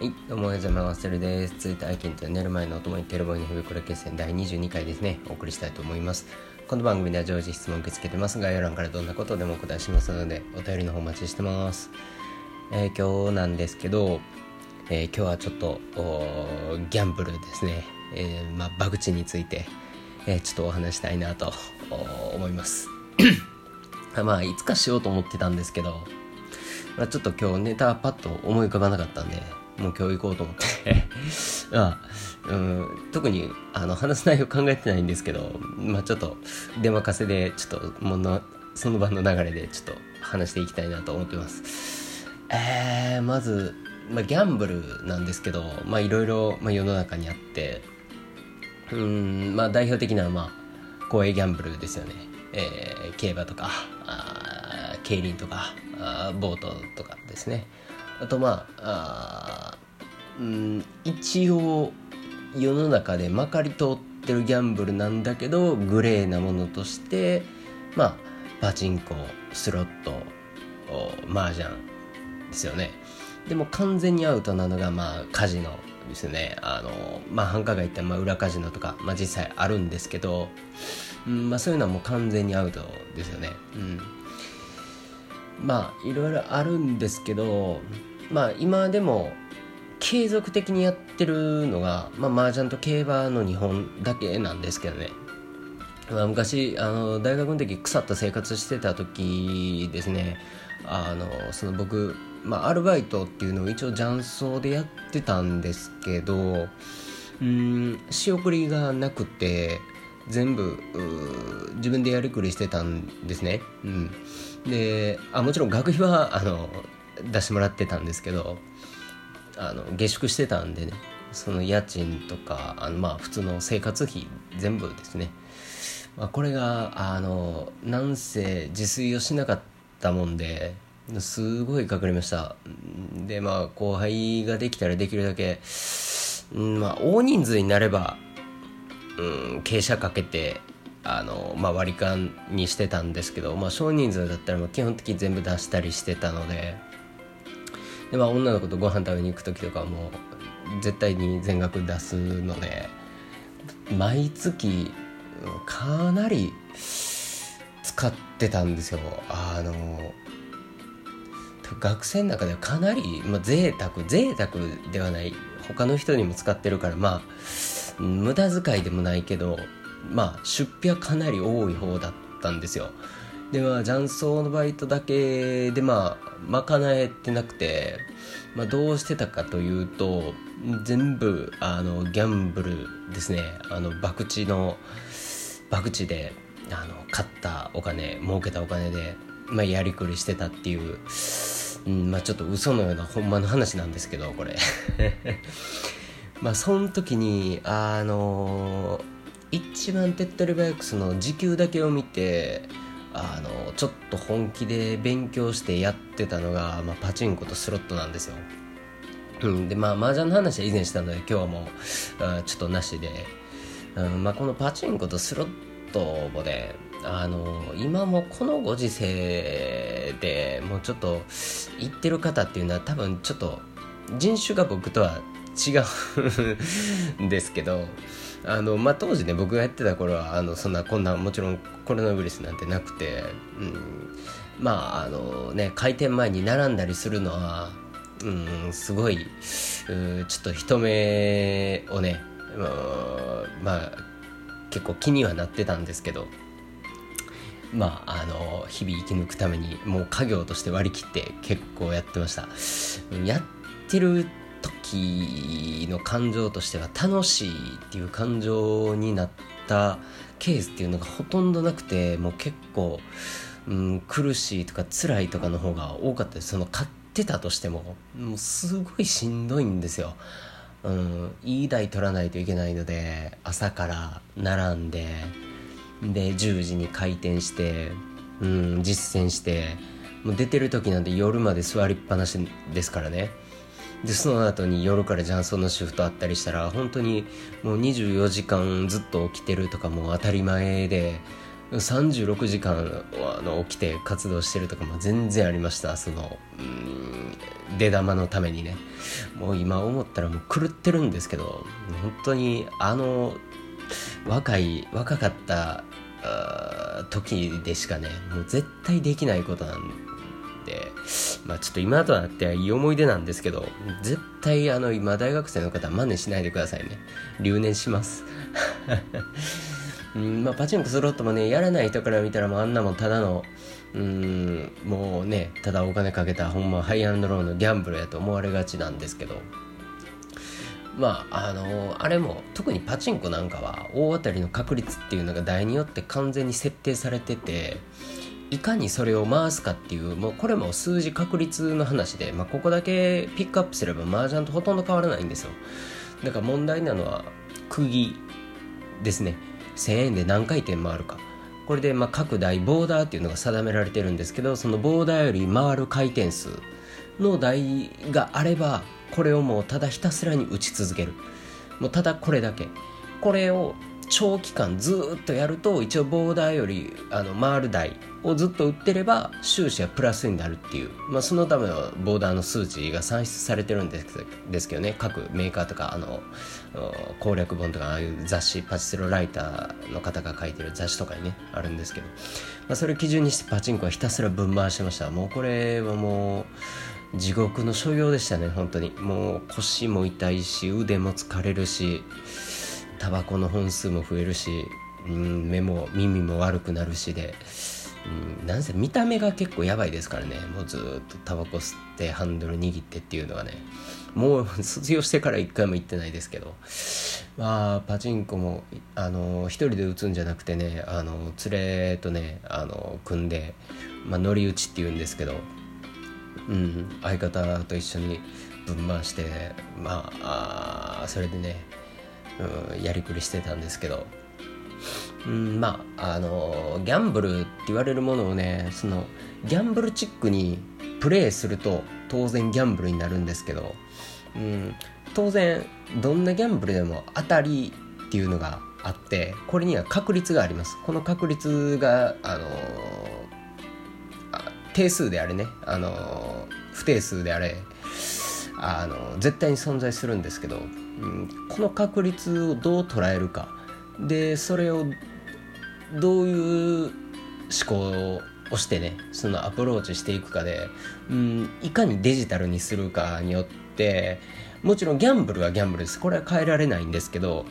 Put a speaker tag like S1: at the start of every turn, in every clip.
S1: はい、どうもおはようございます。セルです。続いて愛犬と寝る前のお供にテレボイのヘビコレ決戦第22回ですね、お送りしたいと思います。この番組では常時質問を受け付けてます。概要欄からどんなことでもお答えしますので、お便りの方お待ちしてます。今日なんですけど、今日はちょっとギャンブルですね、バグチについて、ちょっとお話したいなと思いますいつかしようと思ってたんですけど、ちょっと今日ネタパッと思い浮かばなかったんで、もう今日行こうと思って特に話す内容考えてないんですけど、ちょっと出任せでちょっとその場の流れでちょっと話していきたいなと思ってます。まず、ギャンブルなんですけど、いろいろ世の中にあって、代表的な公営ギャンブルですよね。競馬とか競輪とかボートとかですね。あと一応世の中でまかり通ってるギャンブルなんだけど、グレーなものとしてパチンコ、スロット、麻雀ですよね。でも完全にアウトなのがカジノですよね。繁華街って裏カジノとか、実際あるんですけど、そういうのはもう完全にアウトですよね。いろいろあるんですけど、今でも継続的にやってるのが麻雀と競馬の2本だけなんですけどね。昔大学の時腐った生活してた時ですね、僕アルバイトっていうのを一応雀荘でやってたんですけど、仕送りがなくて全部自分でやりくりしてたんですね。でもちろん学費は出してもらってたんですけど、下宿してたんでね、その家賃とか普通の生活費全部ですね、これがなんせ自炊をしなかったもんですごいかかりました。で後輩ができたらできるだけ、大人数になれば傾斜かけて割り勘にしてたんですけど、少人数だったら基本的に全部出したりしてたので、女の子とご飯食べに行く時とかはもう絶対に全額出すので、毎月かなり使ってたんですよ。学生の中ではかなり、贅沢ではない、他の人にも使ってるから無駄遣いでもないけど、出費はかなり多い方だったんですよ。で雀荘のバイトだけで賄えてなくて、どうしてたかというと、全部ギャンブルですね。博打で買ったお金、儲けたお金でやりくりしてたっていう、ちょっと嘘のようなほんまの話なんですけど、これその時に一番手っ取り早くその時給だけを見てちょっと本気で勉強してやってたのが、パチンコとスロットなんですよ。で麻雀の話は以前したので今日はもうちょっとなしで、このパチンコとスロットもね、今もこのご時世でもうちょっと行ってる方っていうのは多分ちょっと人種が僕とは違うんですけど、当時ね、僕がやってた頃はこんなもちろんコロナウイルスなんてなくて、開店前に並んだりするのはすごいちょっと人目をね、結構気にはなってたんですけど、日々生き抜くためにもう家業として割り切って結構やってました。やってる時の感情としては楽しいっていう感情になったケースっていうのがほとんどなくて、もう結構、苦しいとか辛いとかの方が多かったです。買ってたとしてももうすごいしんどいんですよ。いい台取らないといけないので、朝から並んで10時に開店して、実践して、もう出てる時なんて夜まで座りっぱなしですからね。でその後に夜から雀荘のシフトあったりしたら、本当にもう24時間ずっと起きてるとかも当たり前で、36時間起きて活動してるとかも全然ありました。 出玉のためにね。もう今思ったらもう狂ってるんですけど、本当に若かった時でしかね、もう絶対できないことなんで、ちょっと今となってはいい思い出なんですけど、絶対今大学生の方は真似しないでくださいね。留年しますパチンコスロットもね、やらない人から見たらもうあんなもんただのもうね、ただお金かけたほんまハイアンドローのギャンブルやと思われがちなんですけど、あれも特にパチンコなんかは大当たりの確率っていうのが台によって完全に設定されてて、いかにそれを回すかっていう、もうこれも数字確率の話で、ここだけピックアップすれば麻雀とほとんど変わらないんですよ。だから問題なのは釘ですね。1000円で何回転回るか、これで各台ボーダーっていうのが定められてるんですけど、そのボーダーより回る回転数の台があれば、これをもうただひたすらに打ち続ける、もうただこれだけ、これを長期間ずっとやると、一応ボーダーより回る台をずっと打ってれば収支はプラスになるっていう、そのためのボーダーの数値が算出されてるんですけどね。各メーカーとか攻略本とか、ああいう雑誌、パチスロライターの方が書いてる雑誌とかにねあるんですけど、それを基準にしてパチンコはひたすらぶん回してました。もうこれはもう地獄の所業でしたね。本当にもう腰も痛いし、腕も疲れるし、タバコの本数も増えるし、目も耳も悪くなるしで、なんせ見た目が結構やばいですからね。もうずっとタバコ吸ってハンドル握ってっていうのがね、もう卒業してから一回も行ってないですけど、パチンコも一人で打つんじゃなくてね、連れとね組んで、乗り打ちっていうんですけど、相方と一緒にぶん回して、それでね、やりくりしてたんですけど、ギャンブルって言われるものをね、そのギャンブルチックにプレイすると当然ギャンブルになるんですけど、当然どんなギャンブルでも当たりっていうのがあって、これには確率があります。この確率が定数であれね、不定数であれ絶対に存在するんですけど、この確率をどう捉えるかで、それをどういう思考をしてね、そのアプローチしていくかで、いかにデジタルにするかによって、もちろんギャンブルはギャンブルです。これは変えられないんですけど、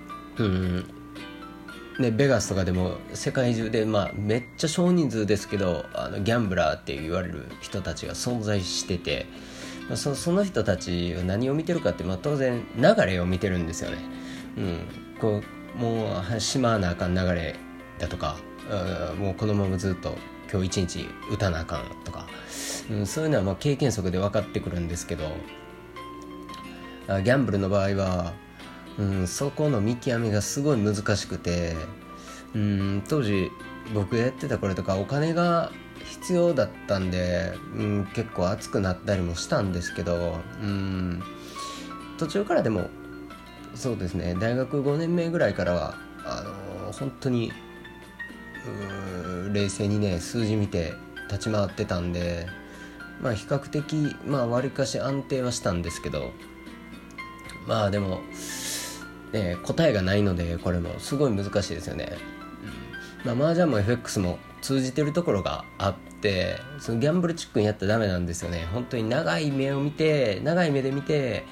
S1: ベガスとかでも世界中で、めっちゃ少人数ですけどギャンブラーって言われる人たちが存在してて、その人たちが何を見てるかって、当然流れを見てるんですよね。こうもうしまわなあかん流れだとか、もうこのままずっと今日一日打たなあかんとか、そういうのは経験則で分かってくるんですけど、ギャンブルの場合は、そこの見極めがすごい難しくて、当時僕がやってた頃とかお金が必要だったんで、結構熱くなったりもしたんですけど、途中からでもそうですね、大学5年目ぐらいからは本当に冷静にね数字見て立ち回ってたんで、比較的わりかし安定はしたんですけど、でもね、答えがないのでこれもすごい難しいですよね。麻雀も FX も通じてるところがあって、そのギャンブルチックにやったらダメなんですよね。本当に長い目で見て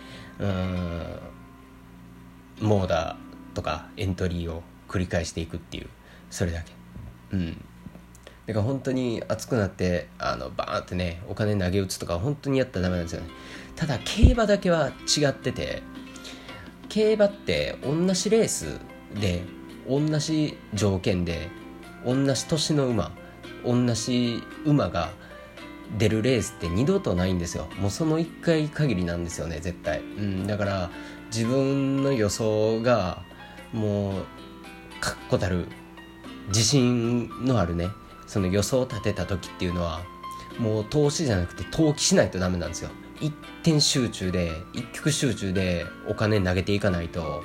S1: モーダーとかエントリーを繰り返していくっていう、それだけ。だから本当に熱くなってバーンってねお金投げ打つとか本当にやったらダメなんですよね。ただ競馬だけは違ってて、競馬って同じレースで同じ条件で同じ年の馬、同じ馬が出るレースって二度とないんですよ。もうその1回限りなんですよね、絶対。だから自分の予想がもう確固たる自信のあるね、その予想を立てた時っていうのはもう投資じゃなくて投機しないとダメなんですよ。一点集中で一曲集中でお金投げていかないと、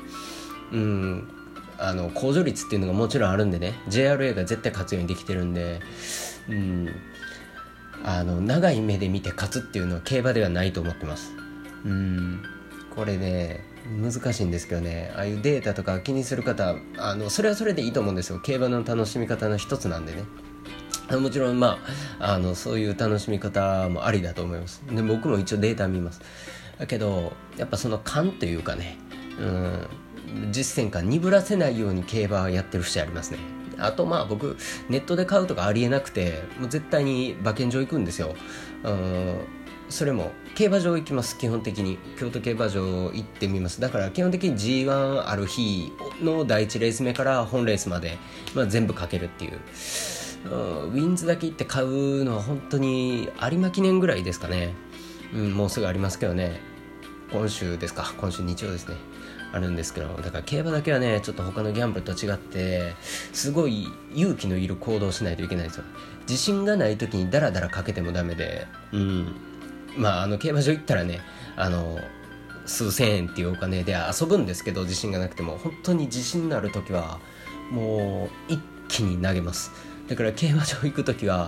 S1: 控除率っていうのがもちろんあるんでね、 JRA が絶対勝つようにできてるんで、 長い目で見て勝つっていうのは競馬ではないと思ってます。これね難しいんですけどね、ああいうデータとか気にする方それはそれでいいと思うんですよ。競馬の楽しみ方の一つなんでね。もちろんそういう楽しみ方もありだと思います。で僕も一応データ見ます。だけどやっぱその勘というかね、実践感鈍らせないように競馬やってる節ありますね。あと僕ネットで買うとかありえなくて、もう絶対に馬券場行くんですよ。それも競馬場行きます。基本的に京都競馬場行ってみます。だから基本的に G1 ある日の第1レース目から本レースまで、全部かけるっていう、ウィンズだけ行って買うのは本当に有馬記念ぐらいですかね。もうすぐありますけどね。今週日曜ですね、あるんですけど、だから競馬だけはねちょっと他のギャンブルと違ってすごい勇気のいる行動をしないといけないんですよ。自信がない時にダラダラかけてもダメで、競馬場行ったらね数千円っていうお金で遊ぶんですけど、自信がなくても本当に自信のある時はもう一気に投げます。だから競馬場行く時は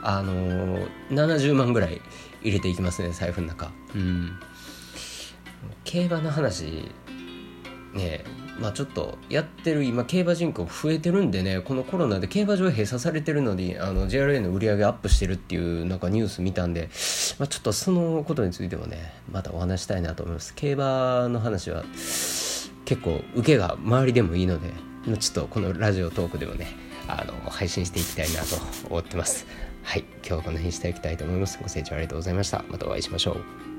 S1: 70万ぐらい入れていきますね、財布の中。競馬の話ね、ちょっとやってる今競馬人口増えてるんでね、このコロナで競馬場閉鎖されてるのにJRA の売り上げアップしてるっていうニュース見たんで、ちょっとそのことについてもねまたお話したいなと思います。競馬の話は結構受けが周りでもいいので、ちょっとこのラジオトークでもね配信していきたいなと思ってます。はい、今日はこの辺にしていきたいと思います。ご清聴ありがとうございました。またお会いしましょう。